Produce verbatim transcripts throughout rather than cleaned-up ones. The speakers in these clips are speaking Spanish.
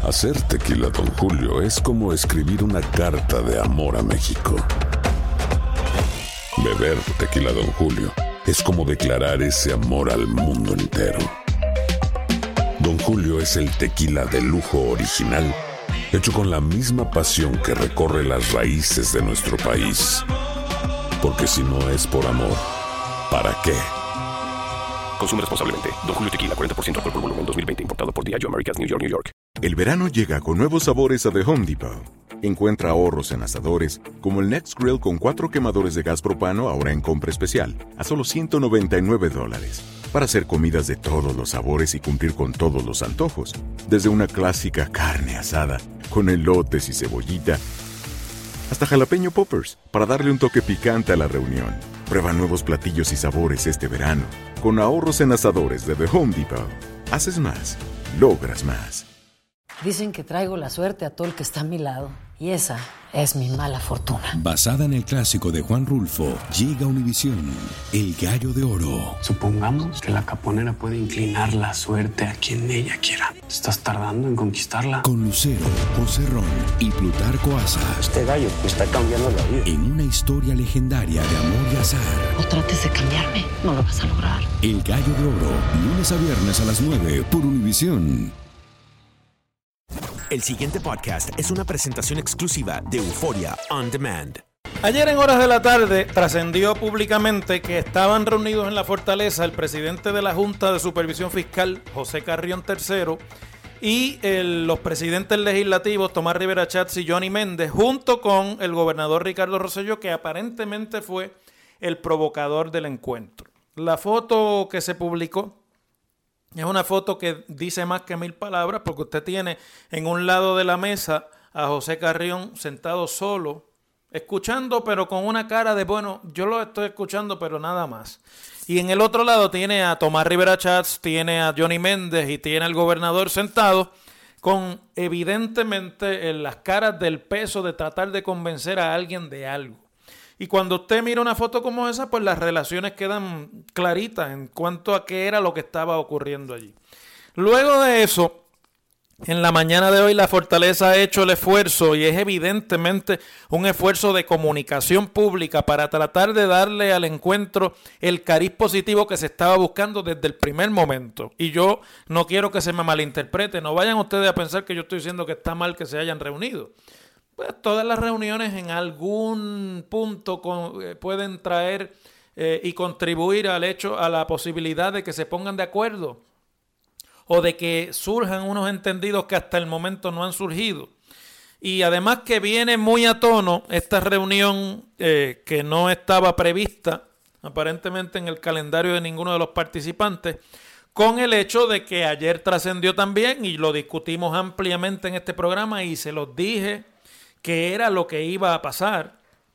Hacer tequila Don Julio es como escribir una carta de amor a México. Beber tequila Don Julio es como declarar ese amor al mundo entero. Don Julio es el tequila de lujo original, hecho con la misma pasión que recorre las raíces de nuestro país. Porque si no es por amor, ¿para qué? Consume responsablemente. Don Julio Tequila, cuarenta por ciento alcohol por volumen, dos mil veinte. Importado por Diageo Americas, New York, New York. El verano llega con nuevos sabores a The Home Depot. Encuentra ahorros en asadores, como el Next Grill con cuatro quemadores de gas propano ahora en compra especial, a solo ciento noventa y nueve dólares. Para hacer comidas de todos los sabores y cumplir con todos los antojos. Desde una clásica carne asada, con elotes y cebollita, hasta jalapeño poppers, para darle un toque picante a la reunión. Prueba nuevos platillos y sabores este verano, con ahorros en asadores de The Home Depot. Haces más, logras más. Dicen que traigo la suerte a todo el que está a mi lado, y esa es mi mala fortuna. Basada en el clásico de Juan Rulfo, llega Univisión, El Gallo de Oro. Supongamos que la caponera puede inclinar la suerte a quien ella quiera. ¿Estás tardando en conquistarla? Con Lucero, José Ron y Plutarco Asa. Este gallo me está cambiando la vida. En una historia legendaria de amor y azar. No trates de cambiarme, no lo vas a lograr. El Gallo de Oro, lunes a viernes a las nueve por Univisión. El siguiente podcast es una presentación exclusiva de Euforia On Demand. Ayer en horas de la tarde trascendió públicamente que estaban reunidos en la Fortaleza el presidente de la Junta de Supervisión Fiscal, José Carrión tercero, y el, los presidentes legislativos, Tomás Rivera Chats y Johnny Méndez, junto con el gobernador Ricardo Rosselló, que aparentemente fue el provocador del encuentro. La foto que se publicó es una foto que dice más que mil palabras, porque usted tiene en un lado de la mesa a José Carrión sentado solo, escuchando, pero con una cara de, bueno, yo lo estoy escuchando, pero nada más. Y en el otro lado tiene a Tomás Rivera Chats, tiene a Johnny Méndez y tiene al gobernador sentado, con evidentemente en las caras del peso de tratar de convencer a alguien de algo. Y cuando usted mira una foto como esa, pues las relaciones quedan claritas en cuanto a qué era lo que estaba ocurriendo allí. Luego de eso, en la mañana de hoy la Fortaleza ha hecho el esfuerzo, y es evidentemente un esfuerzo de comunicación pública para tratar de darle al encuentro el cariz positivo que se estaba buscando desde el primer momento. Y yo no quiero que se me malinterprete, no vayan ustedes a pensar que yo estoy diciendo que está mal que se hayan reunido. Pues todas las reuniones en algún punto con, eh, pueden traer eh, y contribuir al hecho, a la posibilidad de que se pongan de acuerdo o de que surjan unos entendidos que hasta el momento no han surgido. Y además que viene muy a tono esta reunión eh, que no estaba prevista aparentemente en el calendario de ninguno de los participantes, con el hecho de que ayer trascendió también, y lo discutimos ampliamente en este programa y se los dije que era lo que iba a pasar,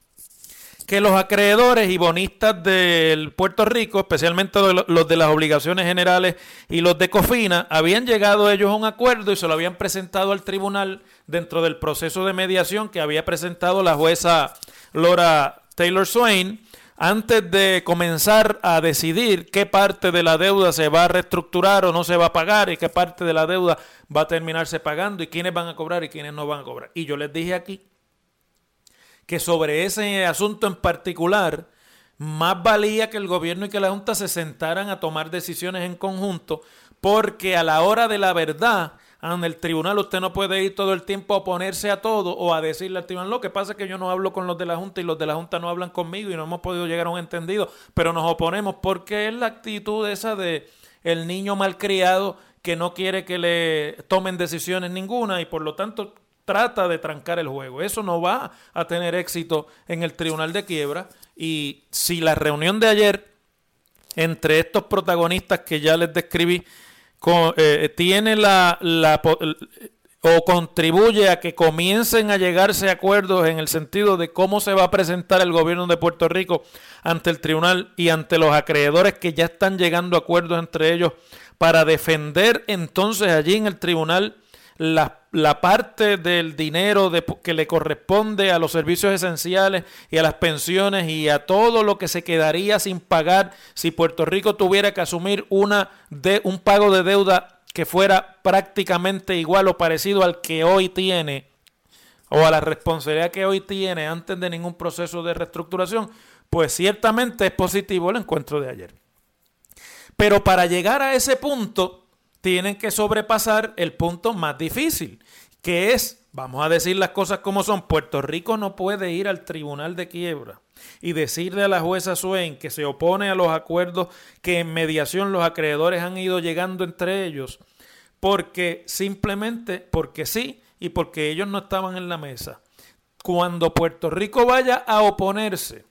que los acreedores y bonistas del Puerto Rico, especialmente los de las obligaciones generales y los de Cofina, habían llegado ellos a un acuerdo y se lo habían presentado al tribunal dentro del proceso de mediación que había presentado la jueza Laura Taylor Swain, antes de comenzar a decidir qué parte de la deuda se va a reestructurar o no se va a pagar, y qué parte de la deuda va a terminarse pagando, y quiénes van a cobrar y quiénes no van a cobrar. Y yo les dije aquí que sobre ese asunto en particular, más valía que el gobierno y que la Junta se sentaran a tomar decisiones en conjunto, porque a la hora de la verdad, en el tribunal usted no puede ir todo el tiempo a oponerse a todo o a decirle al tribunal. Lo que pasa es que yo no hablo con los de la Junta y los de la Junta no hablan conmigo y no hemos podido llegar a un entendido, pero nos oponemos, porque es la actitud esa de el niño malcriado que no quiere que le tomen decisiones ninguna y por lo tanto trata de trancar el juego. Eso no va a tener éxito en el tribunal de quiebra. Y si la reunión de ayer entre estos protagonistas que ya les describí Con, eh, tiene la, la o contribuye a que comiencen a llegarse a acuerdos en el sentido de cómo se va a presentar el gobierno de Puerto Rico ante el tribunal y ante los acreedores que ya están llegando a acuerdos entre ellos para defender entonces allí en el tribunal la, la parte del dinero de, que le corresponde a los servicios esenciales y a las pensiones y a todo lo que se quedaría sin pagar si Puerto Rico tuviera que asumir una de, un pago de deuda que fuera prácticamente igual o parecido al que hoy tiene, o a la responsabilidad que hoy tiene antes de ningún proceso de reestructuración, pues ciertamente es positivo el encuentro de ayer. Pero para llegar a ese punto, tienen que sobrepasar el punto más difícil, que es, vamos a decir las cosas como son, Puerto Rico no puede ir al Tribunal de Quiebra y decirle a la jueza Swain que se opone a los acuerdos que en mediación los acreedores han ido llegando entre ellos, porque simplemente, porque sí, y porque ellos no estaban en la mesa. Cuando Puerto Rico vaya a oponerse,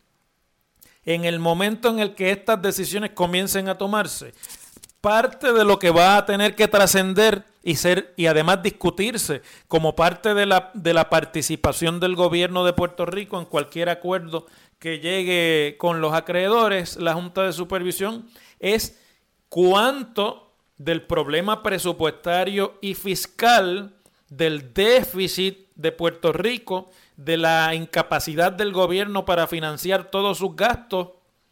en el momento en el que estas decisiones comiencen a tomarse, parte de lo que va a tener que trascender y ser y además discutirse como parte de la, de la participación del gobierno de Puerto Rico en cualquier acuerdo que llegue con los acreedores, la Junta de Supervisión, es cuánto del problema presupuestario y fiscal, del déficit de Puerto Rico, de la incapacidad del gobierno para financiar todos sus gastos,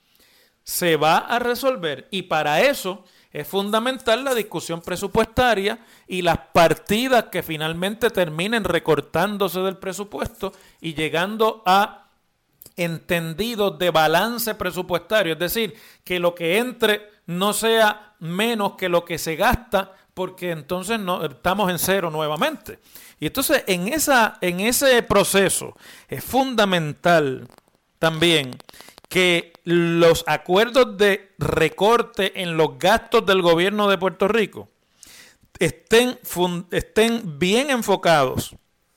se va a resolver. Y para eso es fundamental la discusión presupuestaria y las partidas que finalmente terminen recortándose del presupuesto y llegando a entendidos de balance presupuestario, es decir, que lo que entre no sea menos que lo que se gasta, porque entonces no, estamos en cero nuevamente. Y entonces en, esa, en ese proceso es fundamental también que los acuerdos de recorte en los gastos del gobierno de Puerto Rico estén, fun, estén bien enfocados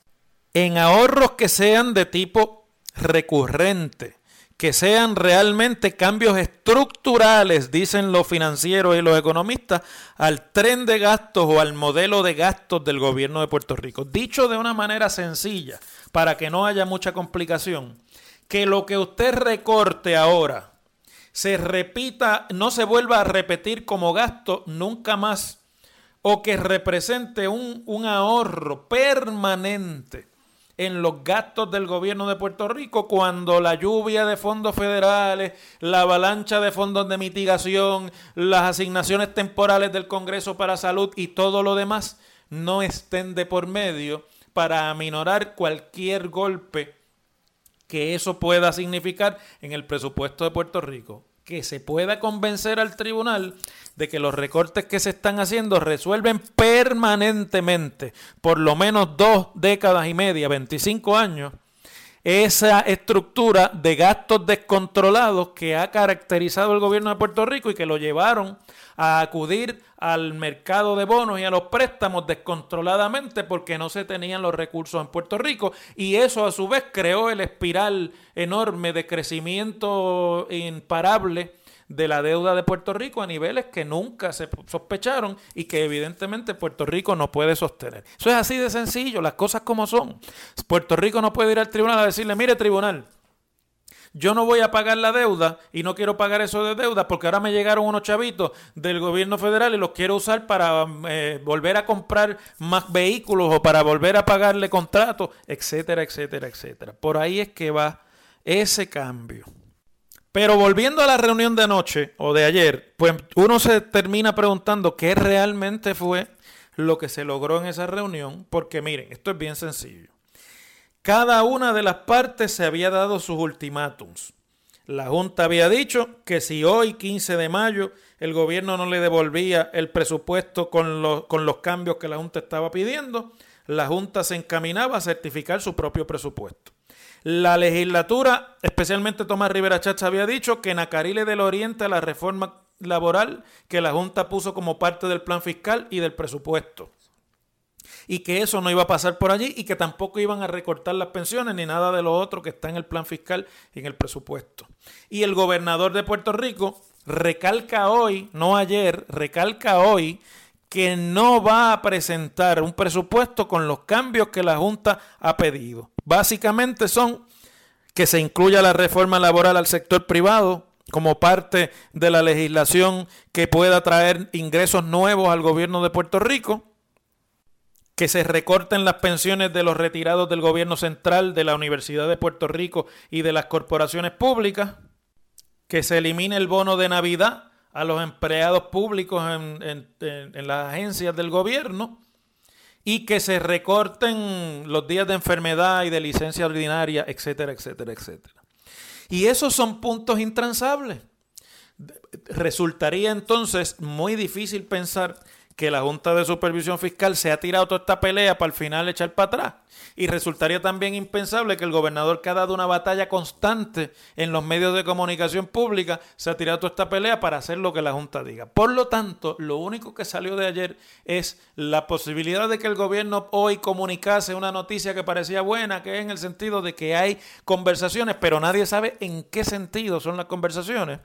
en ahorros que sean de tipo recurrente, que sean realmente cambios estructurales, dicen los financieros y los economistas, al tren de gastos o al modelo de gastos del gobierno de Puerto Rico. Dicho de una manera sencilla, para que no haya mucha complicación, que lo que usted recorte ahora se repita, no se vuelva a repetir como gasto nunca más, o que represente un, un ahorro permanente en los gastos del gobierno de Puerto Rico cuando la lluvia de fondos federales, la avalancha de fondos de mitigación, las asignaciones temporales del Congreso para Salud y todo lo demás no estén de por medio para aminorar cualquier golpe que eso pueda significar en el presupuesto de Puerto Rico. Que se pueda convencer al tribunal de que los recortes que se están haciendo resuelven permanentemente, por lo menos dos décadas y media, veinticinco años, esa estructura de gastos descontrolados que ha caracterizado el gobierno de Puerto Rico y que lo llevaron a acudir al mercado de bonos y a los préstamos descontroladamente porque no se tenían los recursos en Puerto Rico, y eso a su vez creó el espiral enorme de crecimiento imparable de la deuda de Puerto Rico a niveles que nunca se sospecharon y que evidentemente Puerto Rico no puede sostener. Eso es así de sencillo, las cosas como son. Puerto Rico no puede ir al tribunal a decirle, mire tribunal, yo no voy a pagar la deuda y no quiero pagar eso de deuda porque ahora me llegaron unos chavitos del gobierno federal y los quiero usar para eh, volver a comprar más vehículos o para volver a pagarle contratos, etcétera, etcétera, etcétera. Por ahí es que va ese cambio. Pero volviendo a la reunión de anoche o de ayer, pues uno se termina preguntando qué realmente fue lo que se logró en esa reunión, porque miren, esto es bien sencillo. Cada una de las partes se había dado sus ultimátums. La Junta había dicho que si hoy, quince de mayo, el gobierno no le devolvía el presupuesto con los, con los cambios que la Junta estaba pidiendo, la Junta se encaminaba a certificar su propio presupuesto. La legislatura, especialmente Tomás Rivera Chatz, había dicho que Nacarile del Oriente a la reforma laboral que la Junta puso como parte del plan fiscal y del presupuesto, y que eso no iba a pasar por allí y que tampoco iban a recortar las pensiones ni nada de lo otro que está en el plan fiscal y en el presupuesto. Y el gobernador de Puerto Rico recalca hoy, no ayer, recalca hoy que no va a presentar un presupuesto con los cambios que la Junta ha pedido. Básicamente son que se incluya la reforma laboral al sector privado como parte de la legislación que pueda traer ingresos nuevos al gobierno de Puerto Rico, que se recorten las pensiones de los retirados del gobierno central, de la Universidad de Puerto Rico y de las corporaciones públicas, que se elimine el bono de Navidad a los empleados públicos en, en, en, en las agencias del gobierno y que se recorten los días de enfermedad y de licencia ordinaria, etcétera, etcétera, etcétera. Y esos son puntos intransables. Resultaría entonces muy difícil pensar que la Junta de Supervisión Fiscal se ha tirado toda esta pelea para al final echar para atrás. Y resultaría también impensable que el gobernador, que ha dado una batalla constante en los medios de comunicación pública, se ha tirado toda esta pelea para hacer lo que la Junta diga. Por lo tanto, lo único que salió de ayer es la posibilidad de que el gobierno hoy comunicase una noticia que parecía buena, que es en el sentido de que hay conversaciones, pero nadie sabe en qué sentido son las conversaciones.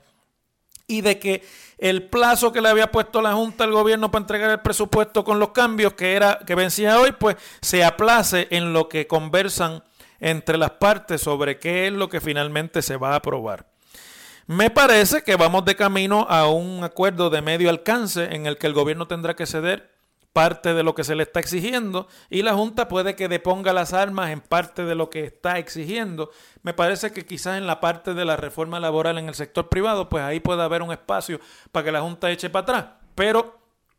Y de que el plazo que le había puesto la Junta al gobierno para entregar el presupuesto con los cambios que era que vencía hoy, pues se aplace en lo que conversan entre las partes sobre qué es lo que finalmente se va a aprobar. Me parece que vamos de camino a un acuerdo de medio alcance en el que el gobierno tendrá que ceder parte de lo que se le está exigiendo y la Junta puede que deponga las armas en parte de lo que está exigiendo. Me parece que quizás en la parte de la reforma laboral en el sector privado, pues ahí puede haber un espacio para que la Junta eche para atrás. Pero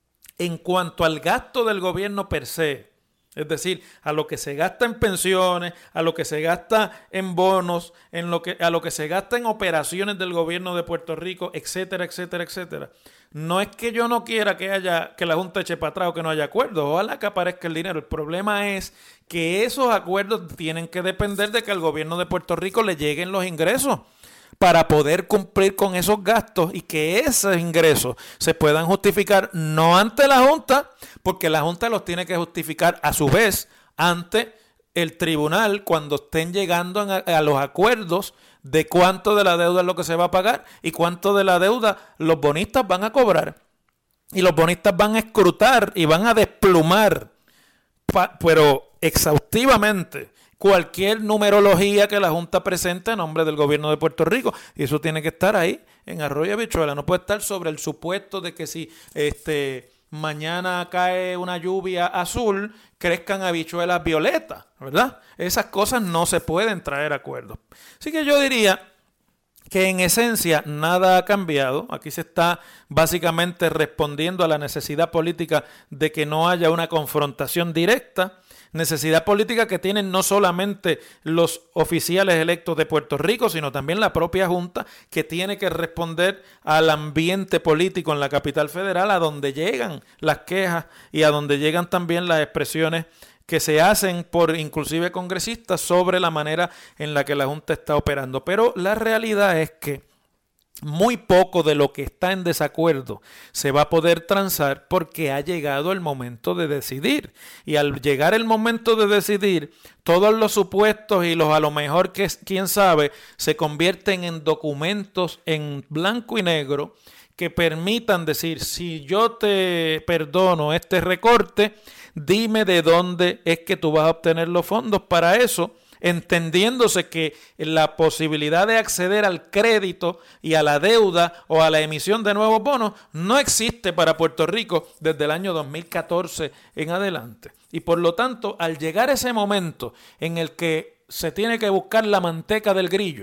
en cuanto al gasto del gobierno per se, es decir, a lo que se gasta en pensiones, a lo que se gasta en bonos, en lo que, a lo que se gasta en operaciones del gobierno de Puerto Rico, etcétera, etcétera, etcétera. No es que yo no quiera que haya que la Junta eche para atrás o que no haya acuerdos, ojalá que aparezca el dinero. El problema es que esos acuerdos tienen que depender de que al gobierno de Puerto Rico le lleguen los ingresos para poder cumplir con esos gastos y que esos ingresos se puedan justificar no ante la Junta, porque la Junta los tiene que justificar a su vez ante el tribunal cuando estén llegando a, a los acuerdos de cuánto de la deuda es lo que se va a pagar y cuánto de la deuda los bonistas van a cobrar. Y los bonistas van a escrutar y van a desplumar, pa, pero exhaustivamente, cualquier numerología que la Junta presente a nombre del gobierno de Puerto Rico. Y eso tiene que estar ahí, en arroyo y habichuela. No puede estar sobre el supuesto de que si este, mañana cae una lluvia azul, crezcan habichuelas violetas, ¿verdad? Esas cosas no se pueden traer a acuerdos. Así que yo diría que en esencia nada ha cambiado. Aquí se está básicamente respondiendo a la necesidad política de que no haya una confrontación directa. Necesidad política que tienen no solamente los oficiales electos de Puerto Rico, sino también la propia Junta, que tiene que responder al ambiente político en la capital federal, a donde llegan las quejas y a donde llegan también las expresiones que se hacen por inclusive congresistas sobre la manera en la que la Junta está operando. Pero la realidad es que muy poco de lo que está en desacuerdo se va a poder transar porque ha llegado el momento de decidir. Y al llegar el momento de decidir, todos los supuestos y los a lo mejor que quién sabe se convierten en documentos en blanco y negro que permitan decir, si yo te perdono este recorte, dime de dónde es que tú vas a obtener los fondos para eso, entendiéndose que la posibilidad de acceder al crédito y a la deuda o a la emisión de nuevos bonos no existe para Puerto Rico desde el año dos mil catorce en adelante. Y por lo tanto, al llegar ese momento en el que se tiene que buscar la manteca del grillo,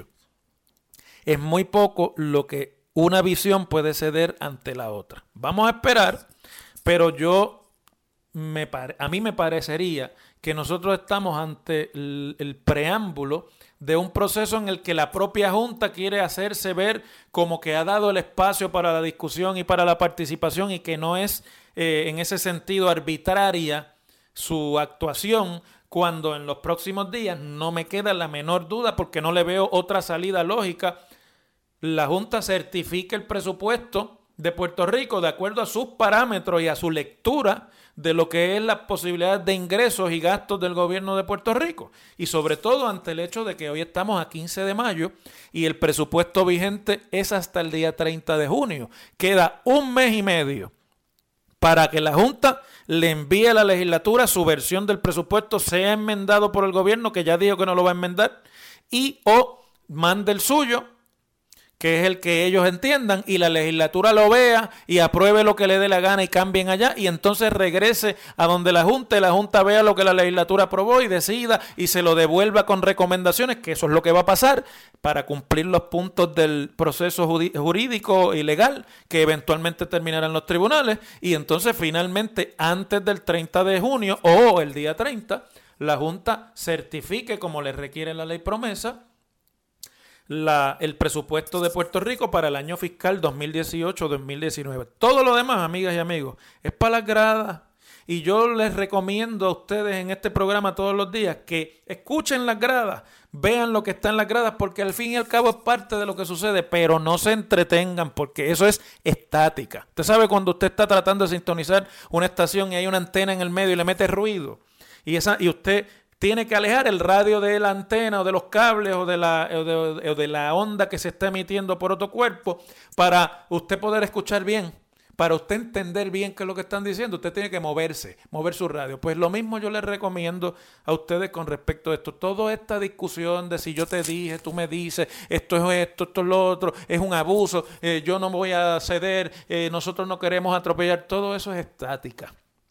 es muy poco lo que una visión puede ceder ante la otra. Vamos a esperar, pero yo me pare- a mí me parecería que nosotros estamos ante el, el preámbulo de un proceso en el que la propia Junta quiere hacerse ver como que ha dado el espacio para la discusión y para la participación y que no es eh, en ese sentido arbitraria su actuación, cuando en los próximos días no me queda la menor duda, porque no le veo otra salida lógica, la Junta certifica el presupuesto de Puerto Rico de acuerdo a sus parámetros y a su lectura de lo que es la posibilidad de ingresos y gastos del gobierno de Puerto Rico. Y sobre todo ante el hecho de que hoy estamos a quince de mayo y el presupuesto vigente es hasta el día treinta de junio. Queda un mes y medio para que la Junta le envíe a la legislatura su versión del presupuesto, sea enmendado por el gobierno, que ya dijo que no lo va a enmendar, y o mande el suyo, que es el que ellos entiendan, y la legislatura lo vea y apruebe lo que le dé la gana y cambien allá, y entonces regrese a donde la Junta, y la Junta vea lo que la legislatura aprobó y decida y se lo devuelva con recomendaciones, que eso es lo que va a pasar para cumplir los puntos del proceso jurídico y legal que eventualmente terminarán los tribunales, y entonces finalmente antes del treinta de junio o el día treinta, la Junta certifique, como le requiere la ley promesa, La, el presupuesto de Puerto Rico para el año fiscal dos mil dieciocho dos mil diecinueve. Todo lo demás, amigas y amigos, es para las gradas. Y yo les recomiendo a ustedes en este programa todos los días que escuchen las gradas, vean lo que está en las gradas, porque al fin y al cabo es parte de lo que sucede, pero no se entretengan, porque eso es estática. Usted sabe cuando usted está tratando de sintonizar una estación y hay una antena en el medio y le mete ruido, y, esa, y usted tiene que alejar el radio de la antena o de los cables o de, la, o, de, o de la onda que se está emitiendo por otro cuerpo para usted poder escuchar bien, para usted entender bien qué es lo que están diciendo. Usted tiene que moverse, mover su radio. Pues lo mismo yo les recomiendo a ustedes con respecto a esto. Toda esta discusión de si yo te dije, tú me dices, esto es esto, esto es lo otro, es un abuso, eh, yo no voy a ceder, eh, nosotros no queremos atropellar, todo eso es estática.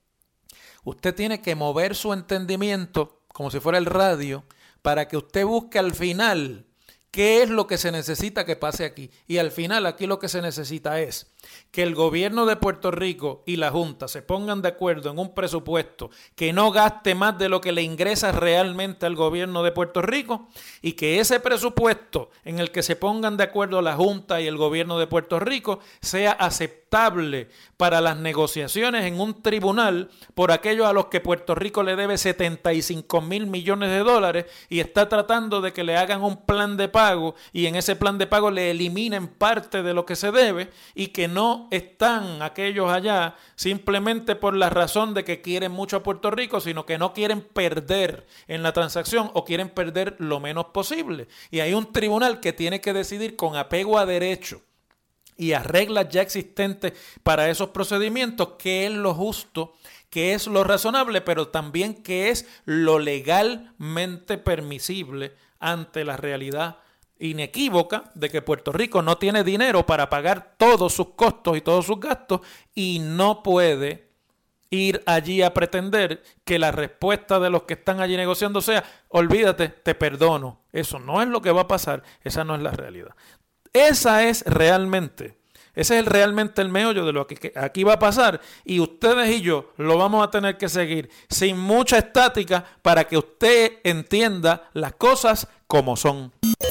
Usted tiene que mover su entendimiento como si fuera el radio, para que usted busque al final qué es lo que se necesita que pase aquí. Y al final aquí lo que se necesita es que el gobierno de Puerto Rico y la Junta se pongan de acuerdo en un presupuesto que no gaste más de lo que le ingresa realmente al gobierno de Puerto Rico, y que ese presupuesto en el que se pongan de acuerdo la Junta y el gobierno de Puerto Rico sea aceptable para las negociaciones en un tribunal por aquellos a los que Puerto Rico le debe setenta y cinco mil millones de dólares y está tratando de que le hagan un plan de pago, y en ese plan de pago le eliminen parte de lo que se debe, y que no están aquellos allá simplemente por la razón de que quieren mucho a Puerto Rico, sino que no quieren perder en la transacción o quieren perder lo menos posible. Y hay un tribunal que tiene que decidir con apego a derecho y a reglas ya existentes para esos procedimientos qué es lo justo, qué es lo razonable, pero también qué es lo legalmente permisible ante la realidad inequívoca de que Puerto Rico no tiene dinero para pagar todos sus costos y todos sus gastos, y no puede ir allí a pretender que la respuesta de los que están allí negociando sea: olvídate, te perdono. Eso no es lo que va a pasar, esa no es la realidad. Esa es realmente, ese es el, realmente el meollo de lo que aquí va a pasar, y ustedes y yo lo vamos a tener que seguir sin mucha estática para que usted entienda las cosas como son.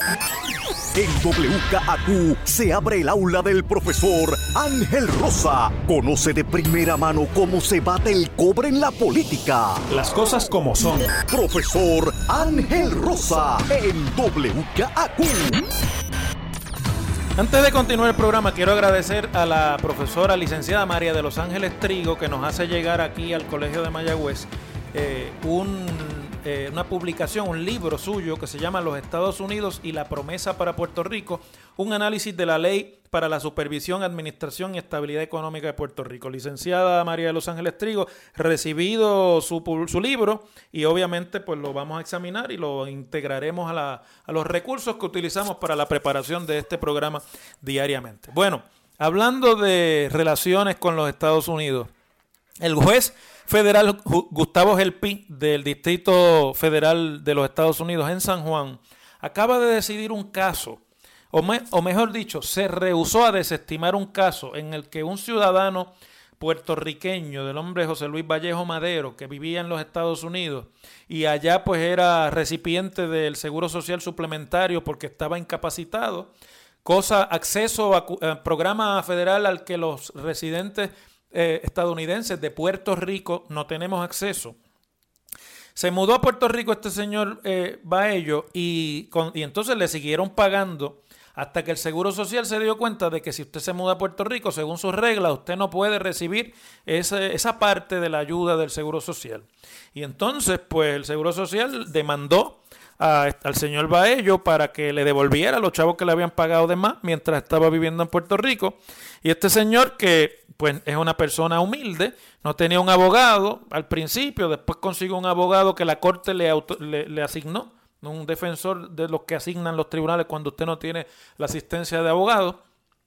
En W K A Q se abre el aula del profesor Ángel Rosa. Conoce de primera mano cómo se bate el cobre en la política. Las cosas como son. Profesor Ángel Rosa en W K A Q. Antes de continuar el programa, quiero agradecer a la profesora licenciada María de los Ángeles Trigo, que nos hace llegar aquí al Colegio de Mayagüez eh, un, eh, una publicación, un libro suyo que se llama Los Estados Unidos y la promesa para Puerto Rico, un análisis de la ley para la supervisión, administración y estabilidad económica de Puerto Rico. Licenciada María de los Ángeles Trigo, recibido su, su libro, y obviamente pues lo vamos a examinar y lo integraremos a, la, a los recursos que utilizamos para la preparación de este programa diariamente. Bueno, hablando de relaciones con los Estados Unidos, el juez federal Gustavo Gelpi del Distrito Federal de los Estados Unidos en San Juan acaba de decidir un caso, o, me, o mejor dicho, se rehusó a desestimar un caso en el que un ciudadano puertorriqueño del nombre José Luis Vallejo Madero, que vivía en los Estados Unidos y allá pues era recipiente del Seguro Social Suplementario porque estaba incapacitado, cosa, acceso a, a programa federal al que los residentes eh, estadounidenses de Puerto Rico no tenemos acceso. Se mudó a Puerto Rico este señor eh, Baello y, con, y entonces le siguieron pagando hasta que el Seguro Social se dio cuenta de que si usted se muda a Puerto Rico, según sus reglas, usted no puede recibir ese, esa parte de la ayuda del Seguro Social. Y entonces, pues, el Seguro Social demandó a, al señor Baello para que le devolviera los chavos que le habían pagado de más mientras estaba viviendo en Puerto Rico. Y este señor, que pues es una persona humilde, no tenía un abogado al principio, después consiguió un abogado que la corte le, auto, le, le asignó. un defensor de los que asignan los tribunales cuando usted no tiene la asistencia de abogados.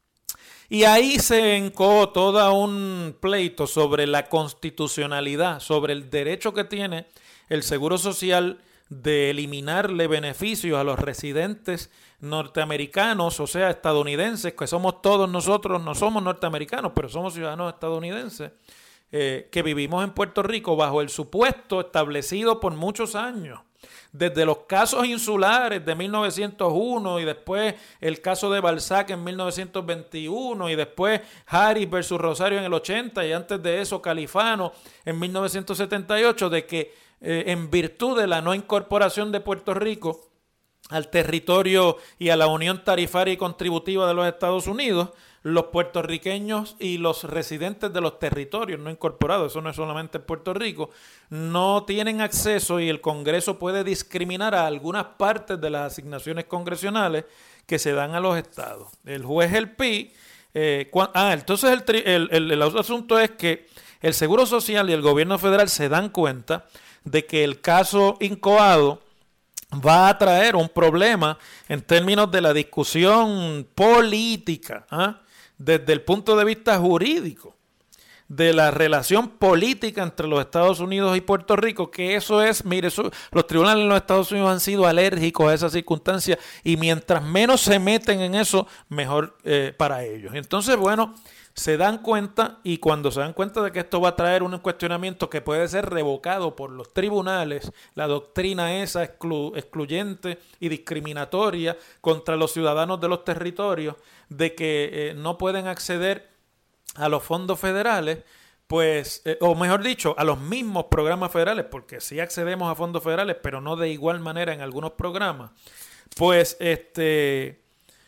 Y ahí se encoó todo un pleito sobre la constitucionalidad, sobre el derecho que tiene el Seguro Social de eliminarle beneficios a los residentes norteamericanos, o sea, estadounidenses, que somos todos nosotros, no somos norteamericanos, pero somos ciudadanos estadounidenses, eh, que vivimos en Puerto Rico bajo el supuesto establecido por muchos años, desde los casos insulares de mil novecientos uno y después el caso de Balzac en mil novecientos veintiuno y después Harris versus Rosario en el ochenta y antes de eso Califano en mil novecientos setenta y ocho, de que eh, en virtud de la no incorporación de Puerto Rico al territorio y a la unión tarifaria y contributiva de los Estados Unidos, los puertorriqueños y los residentes de los territorios no incorporados, eso no es solamente en Puerto Rico, no tienen acceso y el Congreso puede discriminar a algunas partes de las asignaciones congresionales que se dan a los estados. El juez El Pi, eh, cua, ah, entonces el, tri, el, el, el asunto es que el Seguro Social y el gobierno federal se dan cuenta de que el caso incoado va a traer un problema en términos de la discusión política, ¿ah? Desde el punto de vista jurídico, de la relación política entre los Estados Unidos y Puerto Rico, que eso es, mire, eso, los tribunales en los Estados Unidos han sido alérgicos a esas circunstancias y mientras menos se meten en eso, mejor eh, para ellos. Entonces, bueno, se dan cuenta y cuando se dan cuenta de que esto va a traer un cuestionamiento que puede ser revocado por los tribunales, la doctrina esa exclu- excluyente y discriminatoria contra los ciudadanos de los territorios, de que eh, no pueden acceder a los fondos federales, pues, eh, o mejor dicho, a los mismos programas federales, porque sí accedemos a fondos federales, pero no de igual manera en algunos programas, pues este...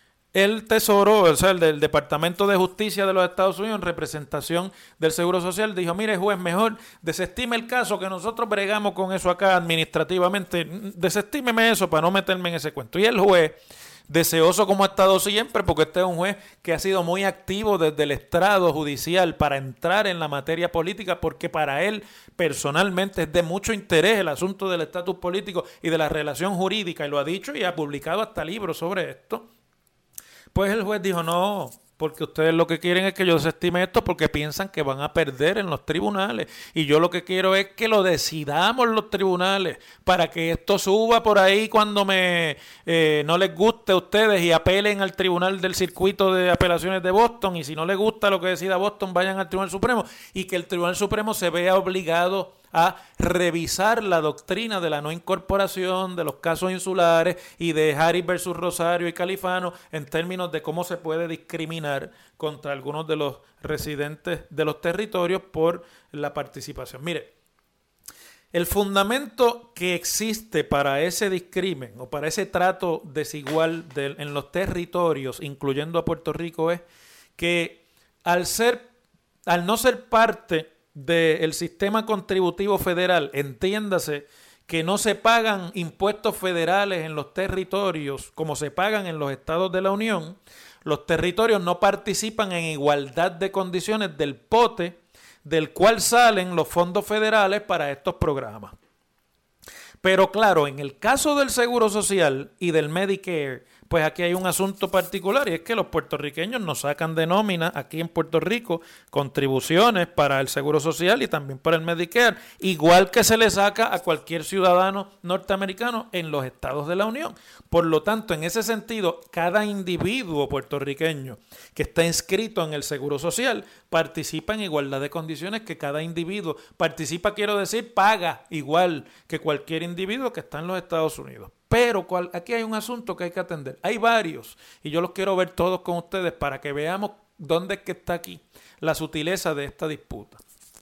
el Tesoro, o sea, el del Departamento de Justicia de los Estados Unidos, en representación del Seguro Social, dijo, mire juez, mejor desestime el caso, que nosotros bregamos con eso acá administrativamente, desestímeme eso para no meterme en ese cuento. Y el juez, deseoso como ha estado siempre, porque este es un juez que ha sido muy activo desde el estrado judicial para entrar en la materia política, porque para él personalmente es de mucho interés el asunto del estatus político y de la relación jurídica, y lo ha dicho y ha publicado hasta libros sobre esto. Pues el juez dijo, no, porque ustedes lo que quieren es que yo desestime esto porque piensan que van a perder en los tribunales. Y yo lo que quiero es que lo decidamos los tribunales para que esto suba por ahí cuando me eh, no les guste a ustedes y apelen al tribunal del circuito de apelaciones de Boston. Y si no les gusta lo que decida Boston, vayan al Tribunal Supremo. Y que el Tribunal Supremo se vea obligado a revisar la doctrina de la no incorporación de los casos insulares y de Harris versus Rosario y Califano en términos de cómo se puede discriminar contra algunos de los residentes de los territorios por la participación. Mire, el fundamento que existe para ese discrimen o para ese trato desigual de, en los territorios, incluyendo a Puerto Rico, es que al ser, al no ser parte del sistema contributivo federal, entiéndase que no se pagan impuestos federales en los territorios como se pagan en los estados de la Unión, los territorios no participan en igualdad de condiciones del pote del cual salen los fondos federales para estos programas. Pero claro, en el caso del Seguro Social y del Medicare, pues aquí hay un asunto particular y es que los puertorriqueños nos sacan de nómina aquí en Puerto Rico contribuciones para el Seguro Social y también para el Medicare, igual que se le saca a cualquier ciudadano norteamericano en los estados de la Unión. Por lo tanto, en ese sentido, cada individuo puertorriqueño que está inscrito en el Seguro Social participa en igualdad de condiciones que cada individuo. Participa, quiero decir, paga igual que cualquier individuo que está en los Estados Unidos. Pero cual, aquí hay un asunto que hay que atender. Hay varios y yo los quiero ver todos con ustedes para que veamos dónde es que está aquí la sutileza de esta disputa.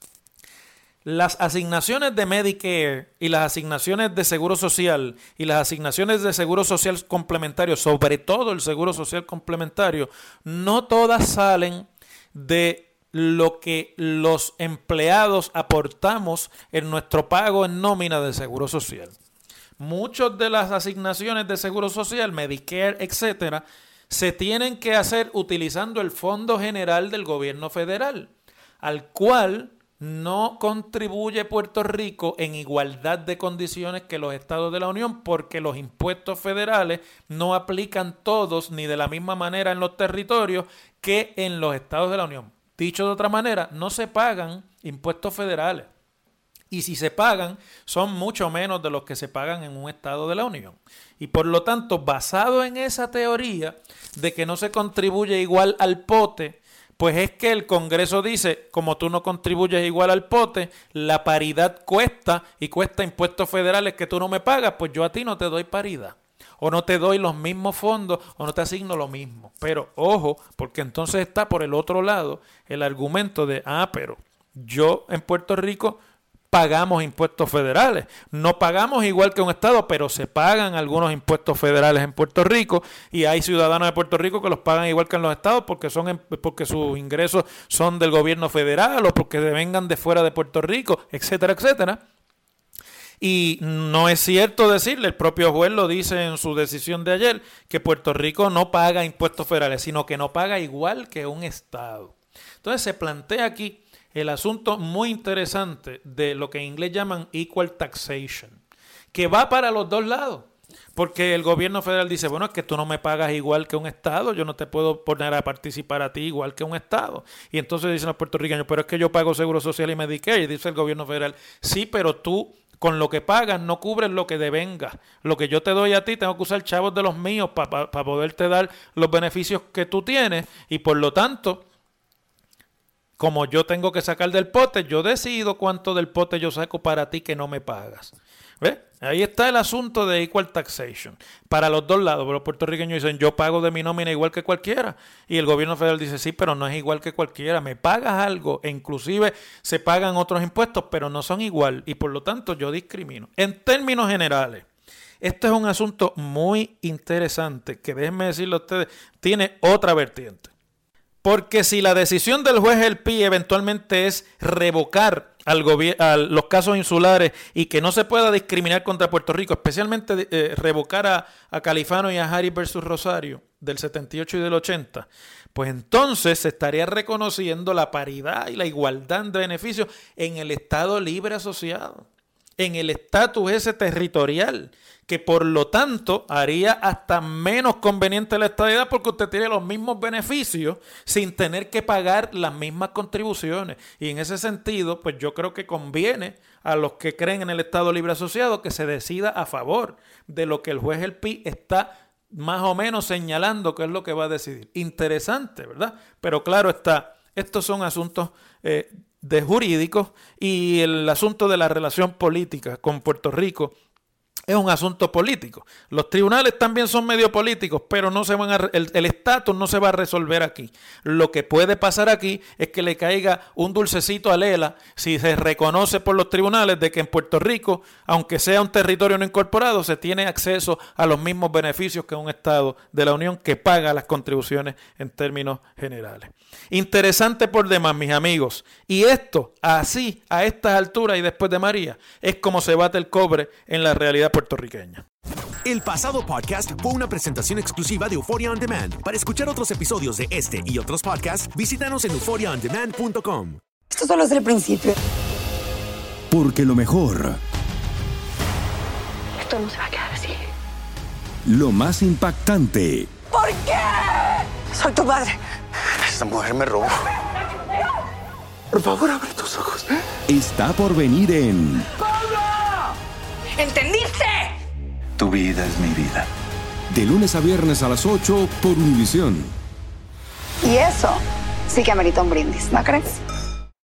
Las asignaciones de Medicare y las asignaciones de Seguro Social y las asignaciones de Seguro Social complementario, sobre todo el Seguro Social complementario, no todas salen de lo que los empleados aportamos en nuestro pago en nómina de Seguro Social. Muchas de las asignaciones de Seguro Social, Medicare, etcétera, se tienen que hacer utilizando el Fondo General del Gobierno Federal, al cual no contribuye Puerto Rico en igualdad de condiciones que los estados de la Unión, porque los impuestos federales no aplican todos ni de la misma manera en los territorios que en los estados de la Unión. Dicho de otra manera, no se pagan impuestos federales. Y si se pagan, son mucho menos de los que se pagan en un estado de la Unión. Y por lo tanto, basado en esa teoría de que no se contribuye igual al pote, pues es que el Congreso dice, como tú no contribuyes igual al pote, la paridad cuesta y cuesta impuestos federales que tú no me pagas, pues yo a ti no te doy paridad. O no te doy los mismos fondos o no te asigno lo mismo. Pero ojo, porque entonces está por el otro lado el argumento de, ah, pero yo en Puerto Rico pagamos impuestos federales. No pagamos igual que un estado, pero se pagan algunos impuestos federales en Puerto Rico y hay ciudadanos de Puerto Rico que los pagan igual que en los estados porque son en, porque sus ingresos son del gobierno federal o porque vengan de fuera de Puerto Rico, etcétera, etcétera. Y no es cierto decirle, el propio juez lo dice en su decisión de ayer, que Puerto Rico no paga impuestos federales, sino que no paga igual que un estado. Entonces se plantea aquí el asunto muy interesante de lo que en inglés llaman equal taxation, que va para los dos lados, porque el gobierno federal dice, bueno, es que tú no me pagas igual que un estado, yo no te puedo poner a participar a ti igual que un estado. Y entonces dicen los puertorriqueños, pero es que yo pago Seguro Social y Medicare, y dice el gobierno federal, sí, pero tú con lo que pagas no cubres lo que devengas. Lo que yo te doy a ti, tengo que usar chavos de los míos para pa, pa poderte dar los beneficios que tú tienes, y por lo tanto, como yo tengo que sacar del pote, yo decido cuánto del pote yo saco para ti que no me pagas. ¿Ves? Ahí está el asunto de equal taxation. Para los dos lados, los puertorriqueños dicen, yo pago de mi nómina igual que cualquiera. Y el gobierno federal dice, sí, pero no es igual que cualquiera. Me pagas algo, e inclusive se pagan otros impuestos, pero no son igual. Y por lo tanto yo discrimino. En términos generales, este es un asunto muy interesante que, déjenme decirle a ustedes, tiene otra vertiente. Porque si la decisión del juez El Pi eventualmente es revocar al a los casos insulares y que no se pueda discriminar contra Puerto Rico, especialmente eh, revocar a, a Califano y a Harris versus Rosario del setenta y ocho y del ochenta, pues entonces se estaría reconociendo la paridad y la igualdad de beneficios en el Estado Libre Asociado, en el estatus ese territorial, que por lo tanto haría hasta menos conveniente la estadidad porque usted tiene los mismos beneficios sin tener que pagar las mismas contribuciones. Y en ese sentido, pues yo creo que conviene a los que creen en el Estado Libre Asociado que se decida a favor de lo que el juez El Pi está más o menos señalando que es lo que va a decidir. Interesante, ¿verdad? Pero claro está, estos son asuntos eh, de jurídicos, y el asunto de la relación política con Puerto Rico es un asunto político. Los tribunales también son medio políticos, pero no se van a, el estatus no se va a resolver aquí. Lo que puede pasar aquí es que le caiga un dulcecito a Lela si se reconoce por los tribunales de que en Puerto Rico, aunque sea un territorio no incorporado, se tiene acceso a los mismos beneficios que un estado de la Unión que paga las contribuciones en términos generales. Interesante por demás, mis amigos. Y esto, así, a estas alturas y después de María, es como se bate el cobre en la realidad puertorriqueña. El pasado podcast fue una presentación exclusiva de Euphoria On Demand. Para escuchar otros episodios de este y otros podcasts, visítanos en euphoria on demand punto com. Esto solo es el principio. Porque lo mejor... Esto no se va a quedar así. Lo más impactante... ¿Por qué? Soy tu padre. Esta mujer me robó. Por favor, abre tus ojos. Está por venir en... ¡Pablo! ¿Entendiste? Tu vida es mi vida. De lunes a viernes a las ocho por Univisión. Y eso sí que amerita un brindis, ¿no crees?